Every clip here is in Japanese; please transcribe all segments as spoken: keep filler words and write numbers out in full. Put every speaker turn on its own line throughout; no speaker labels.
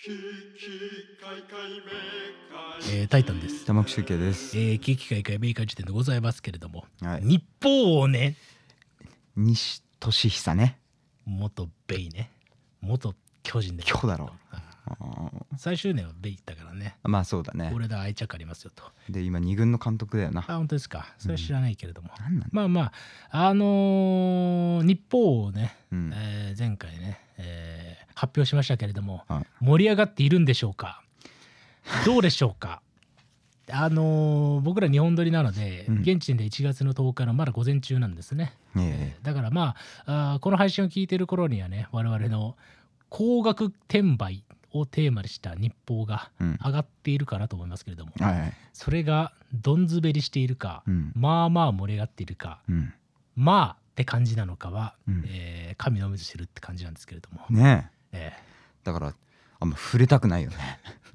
えー、タイタンです。
玉木集計です。
えー、危機開会明快時点でございますけれども、
はい、
日報をね、
西俊久ね、
元ベイね、元巨人で
今日だろう。
最終年はベイだからね。
まあそうだね。
俺ら愛着ありますよと。
で今二軍の監督だよな。
あ、本当ですか。それは知らないけれども、
うん、なん
まあまああのー、日報をね、
うん、
えー、前回ね、えー、発表しましたけれども、
はい、
盛り上がっているんでしょうか。どうでしょうか。あのー、僕ら日本撮りなので、うん、現地でいちがつのとおかのまだ午前中なんですね、えー、だからまあ、あこの配信を聞いている頃にはね、我々の高額転売をテーマにした日報が上がっているかなと思いますけれども、うん、はい、それがどん滑りしているか、うん、まあまあ盛り上がっているか、うん、まあって感じなのかは、うん、えー、神のみぞ知るって感じなんですけれども
ね
え、え
ー、だからあんま触れたくないよね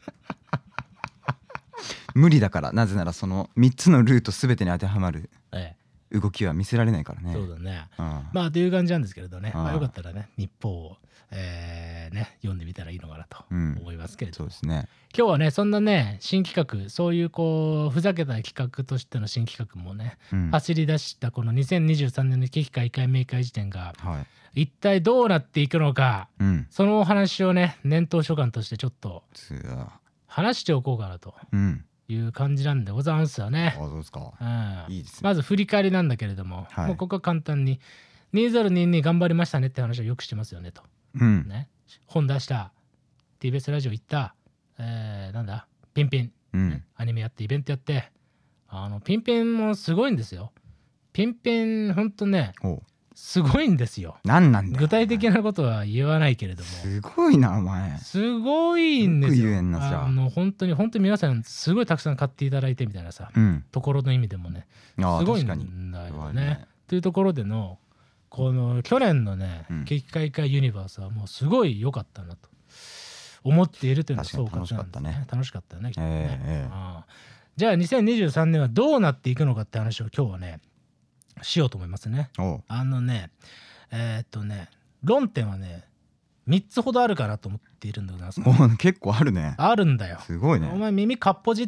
無理だから。なぜならそのみっつのルート全てに当てはまる動きは見せられないからね。
そうだね、うん、まあという感じなんですけれどね、まあ、よかったらね日報を、えーね、読んでみたらいいのかなと思いますけれども、うん、そうですね、今日はねそんなね新企画、そういうこうふざけた企画としての新企画もね、うん、走り出したこのにせんにじゅうさんねんの危機開会明快時点が、はい、一体どうなっていくのか、うん、そのお話をね念頭所感としてちょっと話しておこうかなと、うんいう感じなんでございますよね。
あ、そうですか。
うん、いいですね。まず振り返りなんだけれども、はい、もうここは簡単ににせんにじゅうに頑張りましたねって話はよくしてますよねと、うんね、本出した ティービーエス ラジオ行った、えー、なんだピンピン、うんね、アニメやってイベントやって、あのピンピンもすごいんですよ。ピンピンほんとねすごいんですよ。
なんなんだよ。
具体的なことは言わないけれども、
すごいなお前。
すごいんですよ。
よく言えんなじゃあ。
あの本当に本当に皆さんすごいたくさん買っていただいてみたいなさ、うん、ところの意味でもねすごいんだよね。ねというところでのこの去年のね危機開会ユニバースはもうすごい良かったなと思っているというのが総括なんですね。楽しかったね。楽しかったよね。きっとね、えーあじゃあにせんにじゅうさんねんはどうなっていくのかって話を今日はねしようと思いますね。あのねえー、っとね論点はねみっつほどあるかなと思っているんでございます。
お結構あるね。
あるんだよ。
すごいね。
お前耳かっぽじって、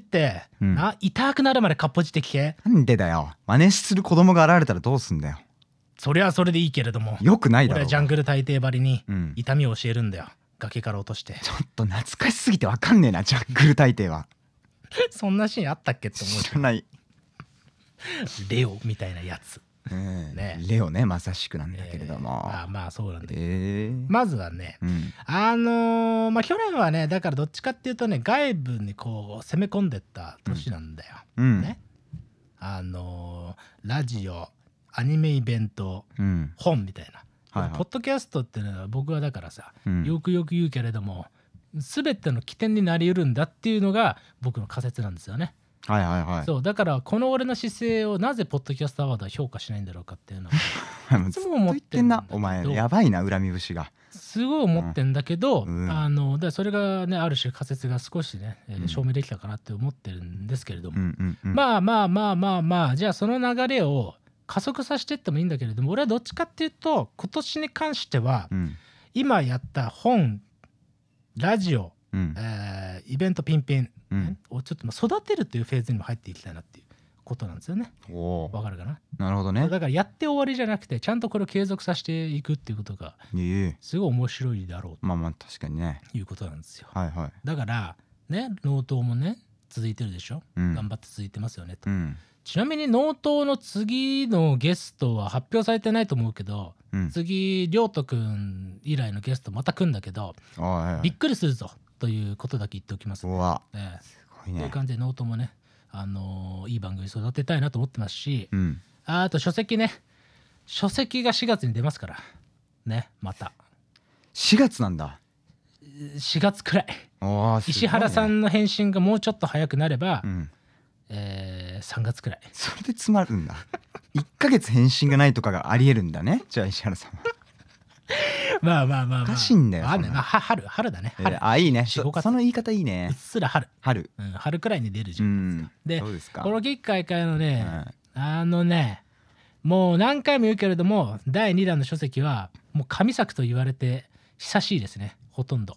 うん、な痛くなるまでかっぽじって聞け。
なんでだよ。真似する子供が現れたらどうすんだよ。
そりゃそれでいいけれども
よくないだろ。
俺はジャングル大帝ばりに痛みを教えるんだよ、うん、崖から落として。
ちょっと懐かしすぎてわかんねえなジャングル大帝は
そんなシーンあったっけって思う。
知らない
レオみたいなやつ
えーね、レオねまさしくなんだけれども、
えー、あまあそうなんだけど、
えー、
まずはね、うん、あのー、まあ去年はねだからどっちかっていうとね外部にこう攻め込んでった年なんだよ、うん、ね、あのー、ラジオアニメイベント、うん、本みたいな、はいはい、ポッドキャストってのは僕はだからさ、うん、よくよく言うけれども全ての起点になりうるんだっていうのが僕の仮説なんですよね。
はいはいはい、
そうだからこの俺の姿勢をなぜポッドキャストアワードは評価しないんだろうかっていうのはいつも思ってんだけど、
お前やばいな恨み節が
すごい思ってんだけど、うん、あのだそれがねある種仮説が少しね、えー、証明できたかなって思ってるんですけれども、うんうんうん、まあまあまあまあまあじゃあその流れを加速させていってもいいんだけれども、俺はどっちかっていうと今年に関しては、うん、今やった本ラジオ、うんえー、イベントピンピンうん、をちょっと育てるというフェーズにも入っていきたいなっていうことなんですよね。わかるかな。
なるほどね。
だからやって終わりじゃなくてちゃんとこれを継続させていくっていうことがすごい面白いだろうと、
まあまあ確かにね
いうことなんですよ。
はいはい、
だからね納刀もね続いてるでしょ、うん、頑張って続いてますよねと、うん、ちなみに納刀の次のゲストは発表されてないと思うけど、うん、次亮斗くん以来のゲストまた来んだけど、はいはい、びっくりするぞということだけ言っておきます、ね。うわ、ええ、すごいね。という感じでノートもね、あのー、いい番組育てたいなと思ってますし、うん、あ, あと書籍ね書籍がしがつに出ますからね。また
しがつなんだ。
しがつくらい、ね、石原さんの返信がもうちょっと早くなれば、うんえー、さんがつくらい。
それで詰まるんだいっかげつ返信がないとかがありえるんだね。じゃあ石原さんは
まあまあまあまあお
かしいんだよ。
あ、ね、まあ、春春だね。春、
えー、あいいね。そ, その言い方いいね。
うっすら春
春、
うん、春くらいに出るじゃん。で
そうですか。
この危機開会のね、うん、あのねもう何回も言うけれどもだいにだんの書籍はもう神作と言われて久しいですね。ほとんど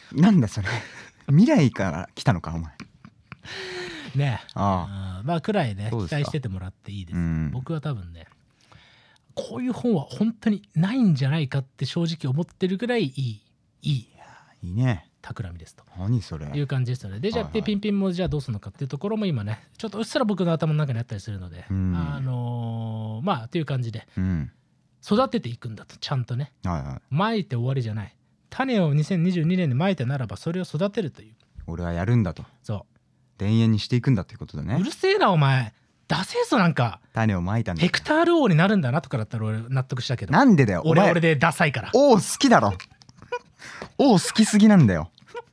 なんだそれ未来から来たのかお前
ねえ、
あ
あまあくらいね期待しててもらっていいです、うん、僕は多分ねこういう本は本当にないんじゃないかって正直思ってるぐらいいいいい
いいね
企みですと
何それ
いう感じですよね。でじゃあ、はいはい、ピンピンもじゃあどうするのかっていうところも今ねちょっとうっすら僕の頭の中にあったりするので、うん、あのー、まあという感じで、うん、育てていくんだとちゃんとね、はいはい、まいて終わりじゃない、種をにせんにじゅうにねんにまいたならばそれを育てるという、
俺はやるんだと、
そう
田園にしていくんだということだね。
うるせえなお前、ダセえぞなんか
種をまいたんだ、
ヘクタール王になるんだなとかだったら俺納得したけど、
なんでだよ
俺俺でダサいから。
王好きだろ王好きすぎなんだよ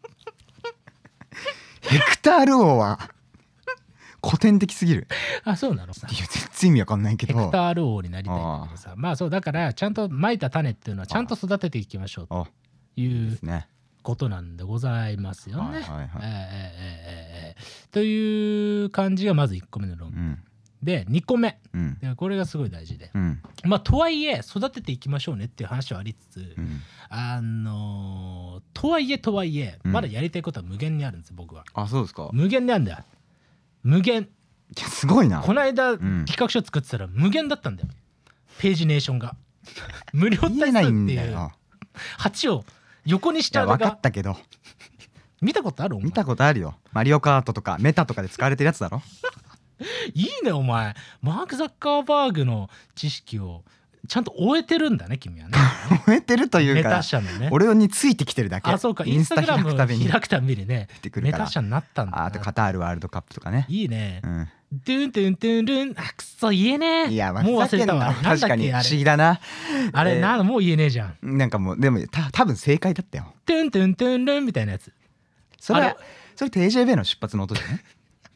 ヘクタール王は古典的すぎる。
あ、そうなのさ。
いや全然意味わかんないけど
ヘクタール王になりたいんだけどさ、まあそうだからちゃんとまいた種っていうのはちゃんと育てていきましょうということなんでございますよね。という感じがまずいっこめの論、うん、でにこめ、うん、これがすごい大事で、うん、まあとはいえ育てていきましょうねっていう話はありつつ、うん、あのー、とはいえとはいえ、うん、まだやりたいことは無限にあるんです僕は。
あ、そうですか。
無限にあるんだよ、無限。
いやすごいな。
この間、うん、企画書作ってたら無限だったんだよページネーションが無料対数っていうはちを横にしたのが
分かったけど
見たことある？お前
見たことあるよ。マリオカートとかメタとかで使われてるやつだろ
いいねお前、マーク・ザッカーバーグの知識をちゃんと終えてるんだね君はね
終えてるというかメ
タ社のね、
俺についてきてるだけ。
あ、そうか、インスタグラム開くたびにねメタ社になったんだ。
あとカタールワールドカップとかね。
いいね、うん、ドゥンドゥンドゥンドゥン、あくそ言えねえ。
いや、
もう忘れたわ。
確かに不思議だな
あれ、えー、なんもう言えねえじゃん。
なんかもうでもた多分正解だったよ。
ドゥンドゥンドゥンドゥンみたいなやつ。
それはそれ ティージェービー の出発の音じゃね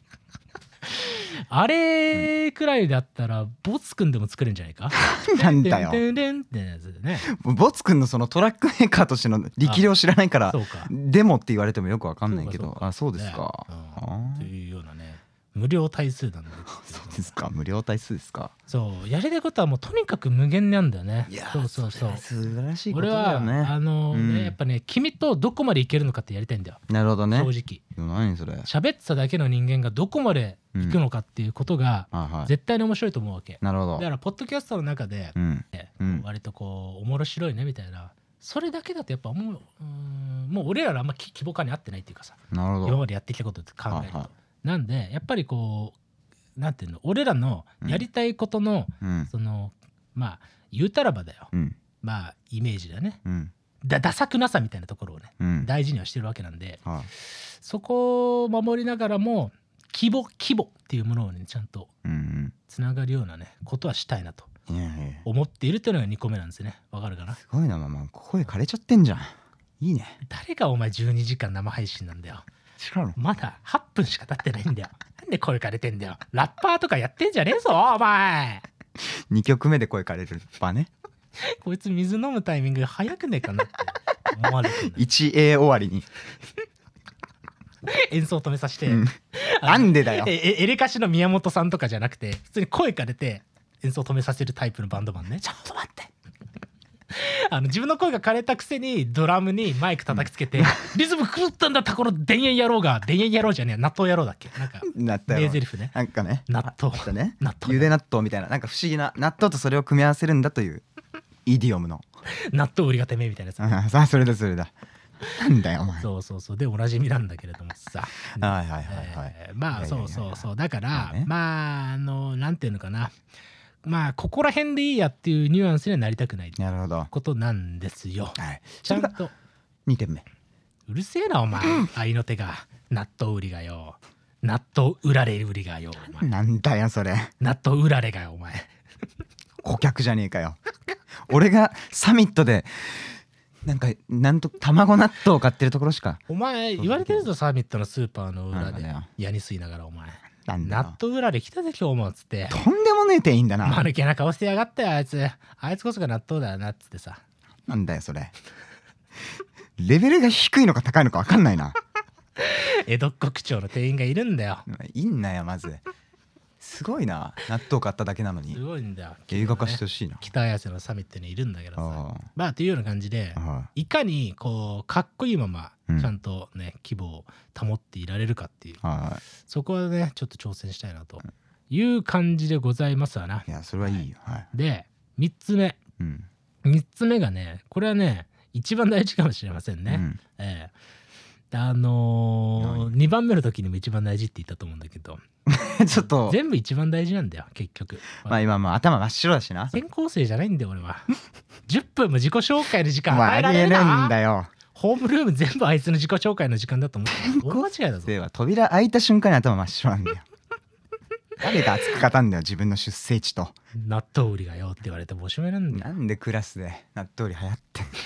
あれくらいだったらボツくんでも作れるんじゃないか
なんだよボツくんのそのトラックメーカーとしての力量知らないからでもって言われてもよくわかんないけど、あ、そうですか、
というようなね無料対数なんで
そうですか、無料対数ですか。
そうやりたいことはもうとにかく無限なんだよね。
いや
そうそうそう、
素晴らしいことだよね。
俺はあのーうん、ねやっぱね君とどこまでいけるのかってやりたいんだよ。
なるほどね。
正直
何それ
喋ってただけの人間がどこまで行くのかっていうことが絶対に面白いと思うわけ、
うん、なるほど。
だからポッドキャストの中で、うんうん、割とこう面白いねみたいな、それだけだとやっぱもう、うーんもう俺らのあんま規模感に合ってないっていうかさ、
なるほど
今までやってきたことって考えると、はいはい、なんでやっぱりこうなんていうの、俺らのやりたいことの、うん、そのまあ言うたらばだよ、うん、まあイメージだね、うん、だダサくなさみたいなところをね、うん、大事にはしてるわけなんで、はあ、そこを守りながらも規模規模っていうものをねちゃんとつながるようなねことはしたいなと思っているというのがにこめなんですね。わかるかな。
すごいなママ、声枯れちゃってんじゃん。いいね。
誰がお前じゅうにじかん生配信なんだよ。
違うの？
まだはっぷんしか経ってないんだよ。なんで声枯れてんだよ。ラッパーとかやってんじゃねえぞお前。
にきょくめで声枯れるバね
こいつ水飲むタイミング早くねえかなって思われてる。
いちエー 終わりに
演奏止めさせて、
うん、なんでだよ。
エレカシの宮本さんとかじゃなくて普通に声枯れて演奏止めさせるタイプのバンドマンね。ちょっと待ってあの自分の声が枯れたくせにドラムにマイク叩きつけて、うん、リズム狂ったんだったこの田園野郎が、田園野郎じゃねえ納豆野郎だっけ、なんか名台詞ね、
なんかね
納豆
あね納豆ゆで納豆みたいな、なんか不思議な納豆とそれを組み合わせるんだというイディオムの
納豆売りがてめえみたいなや
つ。さあそれだそれだなんだよお前。
そうそうそう、でおなじみなんだけれどもさ
はいはいはいはい、
えー、まあそうそうそう、だからまああのなんていうのかな、まあここら辺でいいやっていうニュアンスにはなりたくないことなんですよ。
はい、
ちゃんと
にてんめ。
うるせえなお前、うん、愛の手が納豆売りがよ、納豆売られ売りがよお前。
なんだよそれ。
納豆売られがよお前
顧客じゃねえかよ俺がサミットでなんかなんと卵納豆を買ってるところしか。
お前言われてるぞサミットのスーパーの裏で矢に吸いながらお前納豆売られ来たぜ今日もっつって、
とんでもねえ店員だな。
間抜けな顔してやがったよあいつ、あいつこそが納豆だよなっつってさ。
なんだよそれレベルが低いのか高いのか分かんないな
江戸っ子区長の店員がいるんだよ。
いんなよまずすごいな、納豆買っただけなのに。
すごいんだよ、
映画化してほしいな。
北綾瀬のサミットにいるんだけどさ、まあというような感じで、いかにこうかっこいいままちゃんとね、規模を保っていられるかっていう、そこはねちょっと挑戦したいなという感じでございますわな。
いやそれはいいよ。
でみっつめ、みっつめがね、これはね一番大事かもしれませんね。ええあのー、にばんめの時にも一番大事って言ったと思うんだけどちょっと全部一番大事なんだよ結局。
まあ今もう頭真っ白だしな。
転校生じゃないんだよ俺はじゅっぷんも自己紹介の時間与えられる
んだよ。
ホームルーム全部あいつの自己紹介の時間だと思って大間違いだぞ。
では扉開いた瞬間に頭真っ白なんだよ誰が熱く語んだよ自分の出生地と。
納豆売りがよって言われてもおしまいなんだよ。
なんでクラスで納豆売り流行ってんだよ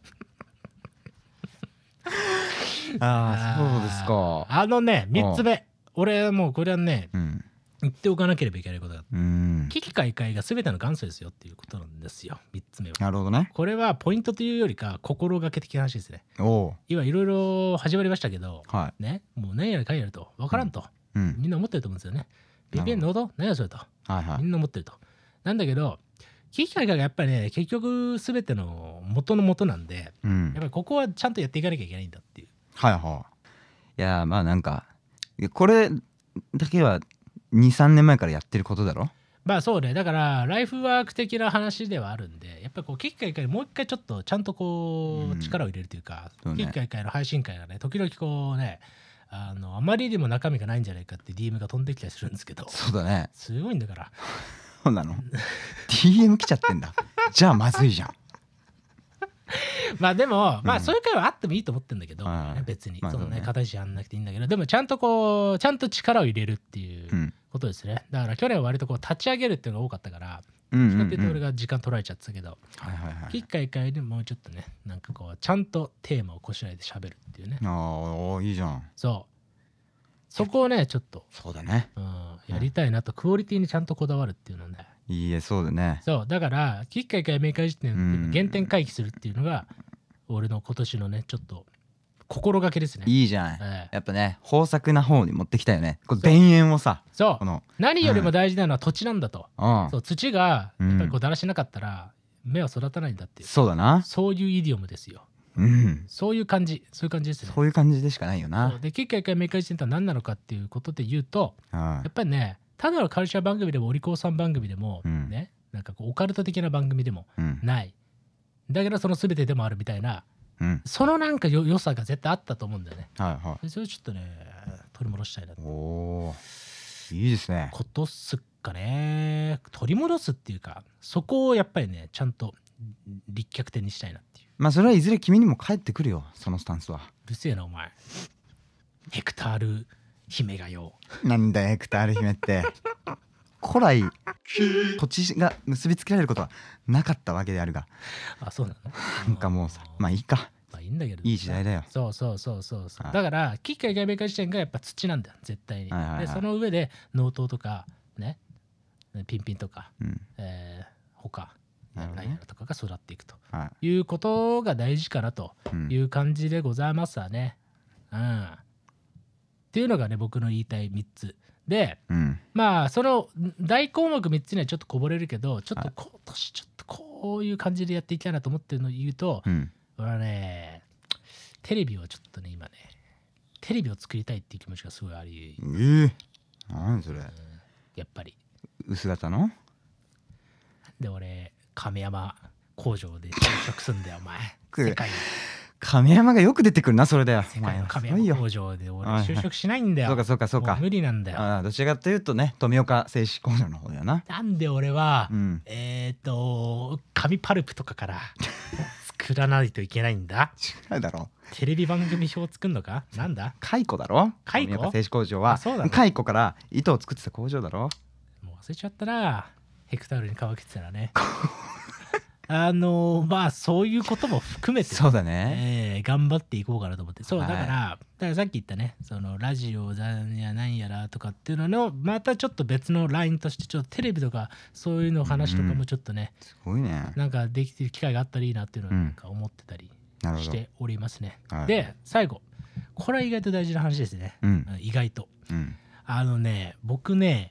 ああそうですか。
あのねみっつめ、俺もうこれはね、うん、言っておかなければいけないことだ。危機開会が全ての元祖ですよっていうことなんですよみっつめは。
なるほどね。
これはポイントというよりか心がけ的な話ですね。お今いろいろ始まりましたけど、はい、ねもう何やらかんやると分からんと、うん、みんな思ってると思うんですよね。ビビエンのこと何やそれと、はいはい、みんな思ってると。なんだけど危機開会がやっぱりね結局全ての元の元なんで、うん、やっぱりここはちゃんとやっていかなきゃいけないんだっていう。
はいはい。いやまあなんかこれだけはにさんねんまえからやってることだろ。
まあそうね。だからライフワーク的な話ではあるんで、やっぱりこう危機開会もう一回ちょっとちゃんとこう力を入れるというか、うんね、危機開会の配信会がね時々こうねあのあまりにも中身がないんじゃないかって ディーエム が飛んできたりするんですけど。
そうだね。
すごいんだから。
そうなの。ディーエム 来ちゃってんだ。じゃあまずいじゃん。
まあでも、まあそういう会はあってもいいと思ってるんだけど、ね、別に、まあ、そのね片石やんなくていいんだけど、でもちゃんとこうちゃんと力を入れるっていうことですね。だから去年は割とこう立ち上げるっていうのが多かったから、どっちかっていうと俺が時間取られちゃってたけど、危機開会でもうちょっとねなんかこうちゃんとテーマをこしらえて喋るっていうね。
ああいいじゃん。
そうそこをねちょっと
そうだね、
うん、やりたいなと、クオリティにちゃんとこだわるっていうのね。
いいえそうだね。
そうだから危機開会明快時点で原点回帰するっていうのが俺の今年のねちょっと心がけですね。
いいじゃない、ええ、やっぱね豊作な方に持ってきたよね。こう田園をさ、
そうこの何よりも大事なのは土地なんだと、うん、そう土がやっぱりこうだらしなかったら芽は育たないんだっていう、
そうだな、
そういうイディオムですよ。うん、そういう感じそういう感じですね。
そういう感じでしかないよな。
で危機開会明快時点とは何なのかっていうことで言うと、うん、やっぱりねただのカルチャー番組でもお利口さん番組でも、うん、ねなんかこうオカルト的な番組でもない、うん、だけどその全てでもあるみたいな、うん、そのなんかよ良さが絶対あったと思うんだよね。はいはい、それをちょっとね取り戻したいなと。
おーいいですね。
ことっすかね。取り戻すっていうかそこをやっぱりねちゃんと立脚点にしたいなっていう。
まあそれはいずれ君にも返ってくるよそのスタンスは。
うるせえなお前。ヘクタール姫がよ。
なんだよヘクタール姫って古来土地が結びつけられることはなかったわけであるが。
あそうなの。
なんかもうさまあいいか、
まあいいんだけど
いい時代だよ。
そうそうそうそうそう。だから危機開会明快時点がやっぱ土なんだよ絶対に、はいはいはい、でその上で農島とかねピンピンとか、うんえー、他何やらとかが育っていくということが大事かなという感じでございますわね。うん、っていうのがね僕の言いたいみっつで、うん、まあその大項目みっつにはちょっとこぼれるけどちょっと今年ちょっとこういう感じでやっていきたいなと思ってるのを言うと、うん、俺はねテレビをちょっとね今ねテレビを作りたいっていう気持ちがすごいあり、
えー、何それ、うん、
やっぱり
薄型の
で俺亀山工場で就職すんだよお前世界
亀山がよく出てくるなそれだよ。
世界の亀山工場で俺就職しないんだよ。
そうかそうかそうか
無理なんだよ。
あどちらかというとね富岡製紙工場の方だよな。
なんで俺は、うん、えっ、ー、と紙パルプとかから作らないといけないんだ。
違うだろ。
テレビ番組表作るのかなんだ。
蚕だろ。
蚕
富岡製紙工場は蚕から糸を作ってた工場だろ。
もう忘れちゃったな。ヘクタールに乾けてたらねあのー、まあそういうことも含めて、
そうだね、
えー、頑張っていこうかなと思って。そうだから、はい、だからさっき言ったねそのラジオやなんやらとかっていうののまたちょっと別のラインとしてちょっとテレビとかそういうの話とかもちょっとね、
うん、すごいね
なんかできてる機会があったらいいなっていうのをなんか思ってたりしておりますね、うん、で最後これは意外と大事な話ですね、うん、意外と、うん、あのね僕ね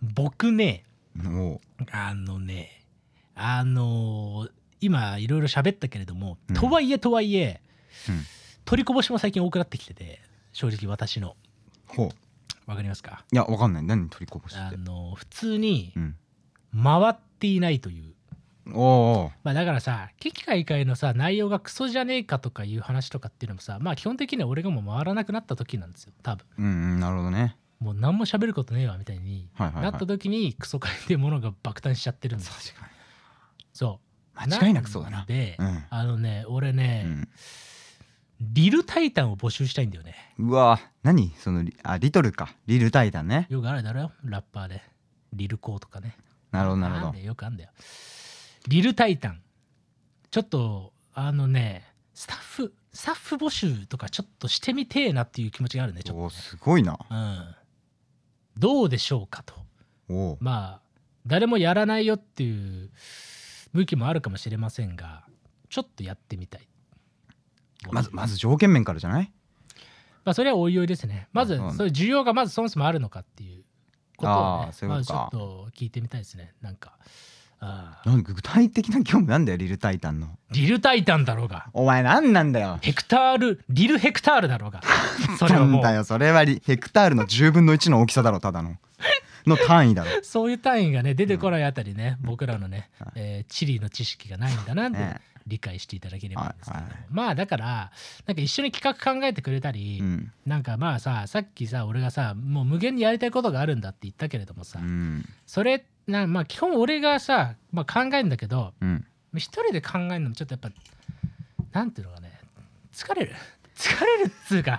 僕ね
お
あのねあのー、今いろいろ喋ったけれども、うん、とはいえとはいえ、うん、取りこぼしも最近多くなってきてて正直私の
ほう
わかりますか？
いやわかんない。何取りこぼしって？
あのー、普通に回っていないという、うん、
お
まあだからさ危機開会のさ内容がクソじゃねえかとかいう話とかっていうのもさまあ基本的には俺がもう回らなくなった時なんですよ多分。
うん、うん、なるほどね。
もう何も喋ることねえわみたいになった時にクソ会っていうものが爆誕しちゃってるんです。
確かに
そう
間違いなくそうだな。
で、
うん、
あのね俺ね、うん、リルタイタンを募集したいんだよね。
うわ何そのあリトルかリルタイタンね。
よくあるだろよラッパーでリルコーとかね。
なるほどなるほど。
よくあるんだよリルタイタン。ちょっとあのねスタッフスタッフ募集とかちょっとしてみてえなっていう気持ちがあるね。ちょっとね
おすごいな。
うんどうでしょうかと。
お
まあ誰もやらないよっていう向きもあるかもしれませんがちょっとやってみたい。
まずまず条件面からじゃない？
まあそれはおいおいですね。まずそういう需要がまずそもそもあるのかっていうことをねまずちょっと聞いてみたいですね。なんか
あなんか具体的な興味なんだよリルタイタンの。
リルタイタンだろうが。
お前なんなんだよ。
ヘクタールリルヘクタールだろうが。
それはもうなんだよそれはリヘクタールのじゅうぶんのいちの大きさだろただのの単位だろ。
そういう単位がね出てこないあたりね、うん、僕らのね、えー、地理の知識がないんだなって理解していただければいいんですけど、はいはい、まあだからなんか一緒に企画考えてくれたり、うん、なんかまあささっきさ俺がさもう無限にやりたいことがあるんだって言ったけれどもさ、うん、それなまあ基本俺がさ、まあ、考えるんだけど、うん、一人で考えるのもちょっとやっぱなんていうのかね疲れる疲れるっつうか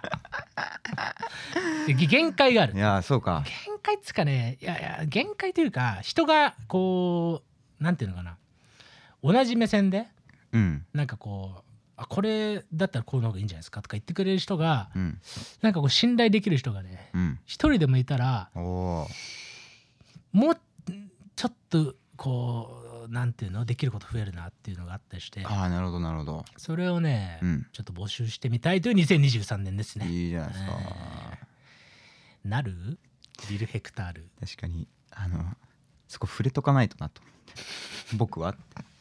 限界がある。
いやそうか
限界っつうかねいやいや限界というか人がこうなんていうのかな同じ目線で、うん、なんかこうあこれだったらこうの方がいいんじゃないですかとか言ってくれる人が、うん、なんかこう信頼できる人がね、うん、一人でもいたらもうちょっとこうなんていうのできること増えるなっていうのがあったりして。
ああなるほどなるほど。
それをね、うん、ちょっと募集してみたいというにせんにじゅうさんねんですね。
いいじゃないですか、
えー、なるリルヘクタール。
確かにあのそこ触れとかないとなと思って僕は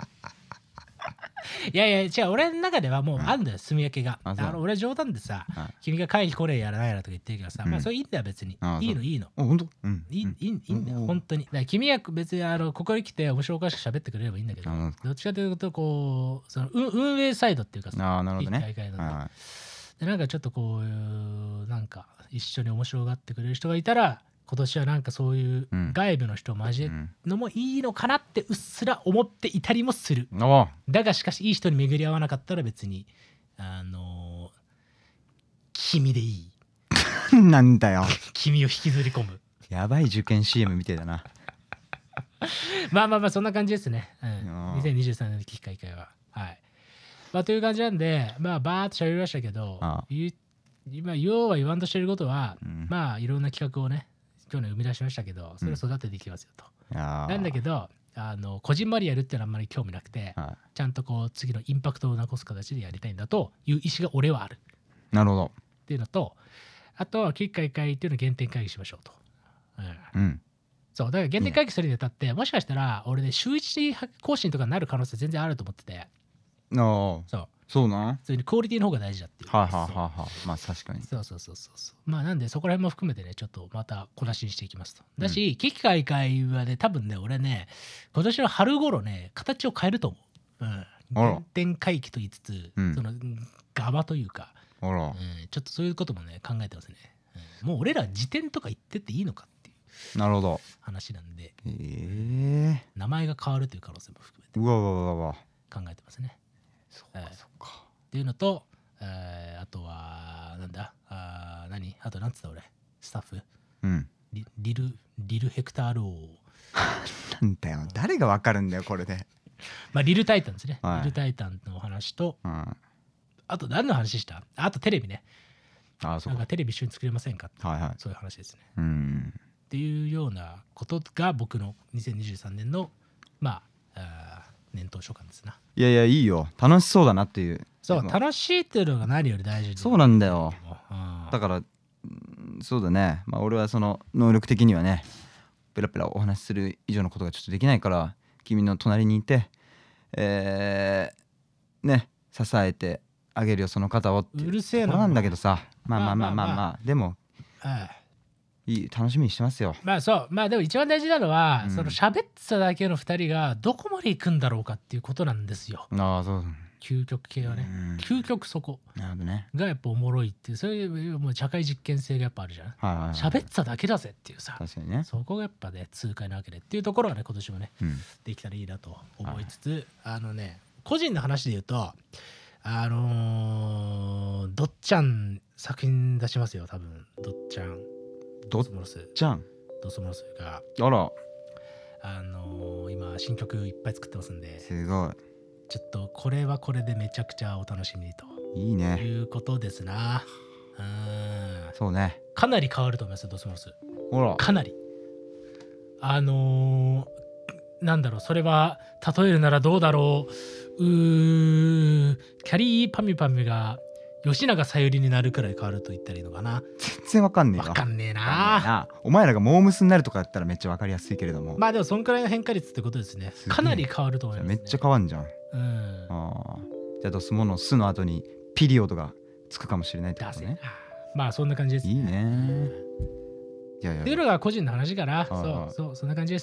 いやいや違う俺の中ではもうあるんだよ住み分けが。あの俺冗談でさ、はい、君が会議これやらないなとか言ってるけどさ、うん、まあそれいいんだよ別に。いいのいいの。
本当、うん、
いい、いい、いいんだよ本当に。だから君は別にあのここに来て面白おかしく喋ってくれればいいんだけど、どっちかというとこうその運営サイドっていうかさ、
あなるほどね。
大会だと、はい、でなんかちょっとこうなんか一緒に面白がってくれる人がいたら。今年はなんかそういう外部の人を交えるのもいいのかなってうっすら思っていたりもする、うん、だがしかしいい人に巡り合わなかったら別にあのー、君でいい
なんだよ
君を引きずり込む
やばい受験 シーエム みたいだな
まあまあまあそんな感じですね、うん、にせんにじゅうさんねんの危機開会ははい、まあ、という感じなんでまあバーッと喋りましたけど今要は言わんとしてることは、うん、まあいろんな企画をね去年生み出しましたけどそれを育てていきますよと、うん、なんだけどあのこじんまりやるっていうのはあんまり興味なくて、はい、ちゃんとこう次のインパクトを残す形でやりたいんだという意思が俺はある。
なるほど
っていうのとあとは危機開会っていうのを原点回帰しましょうと、うんうん、そうだから原点回帰するにあたってもしかしたら俺で週一更新とかになる可能性全然あると思っててあ
そうそうなん
普通にクオリティの方が大事だっていう。
はいはいはいはい。まあ確かに。
そうそうそうそうそう。まあなんでそこら辺も含めてねちょっとまた小出しにしていきますと。だし、うん、危機開会はね多分ね俺ね今年の春頃ね形を変えると思う。うん。原点回帰と言いつつ、うん、その側というか、あら、うん、ちょっとそういうこともね考えてますね。うん、もう俺ら辞典とか言ってっていいのかっていう
なるほど
話なんで、
えー、
名前が変わるという可能性も含めて
うわうわうわ
考えてますね。
そうかそうか、
えー、っていうのと、えー、あとはなんだあ何あとなんつった俺スタッフ、うん、リ, リルリルヘクタール王
なんだよ誰がわかるんだよこれで
まあリルタイタンですね、はい、リルタイタンのお話と、うん、あと何の話した？あとテレビね。ああそうか。なんかテレビ一緒に作れませんかって、はいはい、そういう話ですね。うんっていうようなことが僕のにせんにじゅうさんねんのまああ年頭所感ですな。
いやいやいいよ楽しそうだなっていう。
そう楽しいっていうのが何より大事で。
そうなんだよ、うん、だからそうだねまあ俺はその能力的にはねペラペラお話しする以上のことがちょっとできないから、君の隣にいて、えー、ね支えてあげるよその方をっていうところなんだけどさ、まあまあまあまあまあでもいい楽しみにしてますよ。
まあそうまあでも一番大事なのは、うん、その喋ってただけのふたりがどこまで行くんだろうかっていうことなんですよ。
ああそう
究極系はね、うん、究極そこがやっぱおもろいっていう、そういうもう社会実験性がやっぱあるじゃん。喋、はいはいはい、ってただけだぜっていうさ、
確かにね、
そこがやっぱね痛快なわけでっていうところはね今年もね、うん、できたらいいなと思いつつ、はい、あのね個人の話で言うとあのー、どっちゃん作品出しますよ多分。どっちゃん
どっちゃん
ドスモロスが
あら
あのー、今新曲いっぱい作ってますんで、
すごい
ちょっとこれはこれでめちゃくちゃお楽しみにと
いいね
いうことですな。うん
そうね
かなり変わると思いますよドスモロス。
ほら
かなりあのー、なんだろうそれは例えるならどうだろううーキャリーパミュパミュが吉永小百合になるくらい変わると言ったらいいのかな。
全然わかんねえよ。
わかんねえな。
お前らがモームスになるとかだったらめっちゃわかりやすいけれども、
まあでもそんくらいの変化率ってことですね。かなり変わると思います、ね、
めっちゃ変わんじゃん。
うん、
あじゃあドスモのスの後にピリオドがつくかもしれないってことね。
まあそんな感じです、ね、
いいね。
いやいやっていうのが個人の話から、そうそうそんな感じです。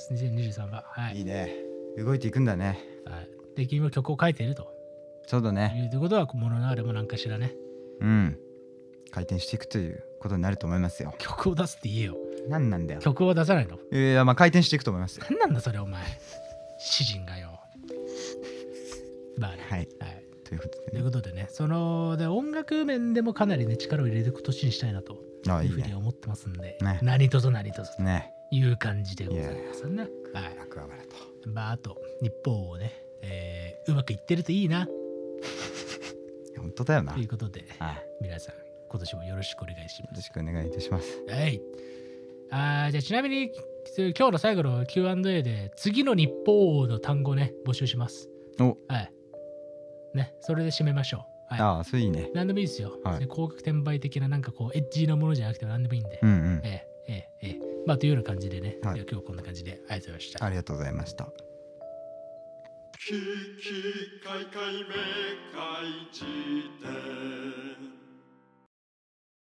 にせんにじゅうさんは、はい、
いいね。動いていくんだね。
はい、で君も曲を書いていると。
そうだね。
いうことはもののあれも何かしらね。
うん。回転していくということになると思いますよ。
曲を出すって言えよ。
何なんだよ。
曲を出さないの？
いやまあ回転していくと思いますよ。
何なんだそれお前。詩人がよ。まあね。
はい。はい。ということでね。
ということでね、そので音楽面でもかなりね力を入れていく年にしたいなというふうに思ってますんで、ね、何とぞ何とぞという感じでございますね。はい。
アクアバラと。
まああと日本をね、えー、うまくいってるといいな。
本当だよな。
ということで、はい、皆さん今年もよろしくお願いします。
よろしくお願いいたします。
はい。あじゃあちなみに今日の最後の キューアンドエー で次の日本王の単語ね募集します。
お
はい。ねそれで締めましょう。はい、
ああそれいいね。
何でもいいですよ。はい、高額転売的ななんかこうエッジなものじゃなくても何でもいいんで。
うんうん。
ええええええまあというような感じでね。はい、今日こんな感じでありがとうございました。
ありがとうございました。
ききかいかいめかいじ典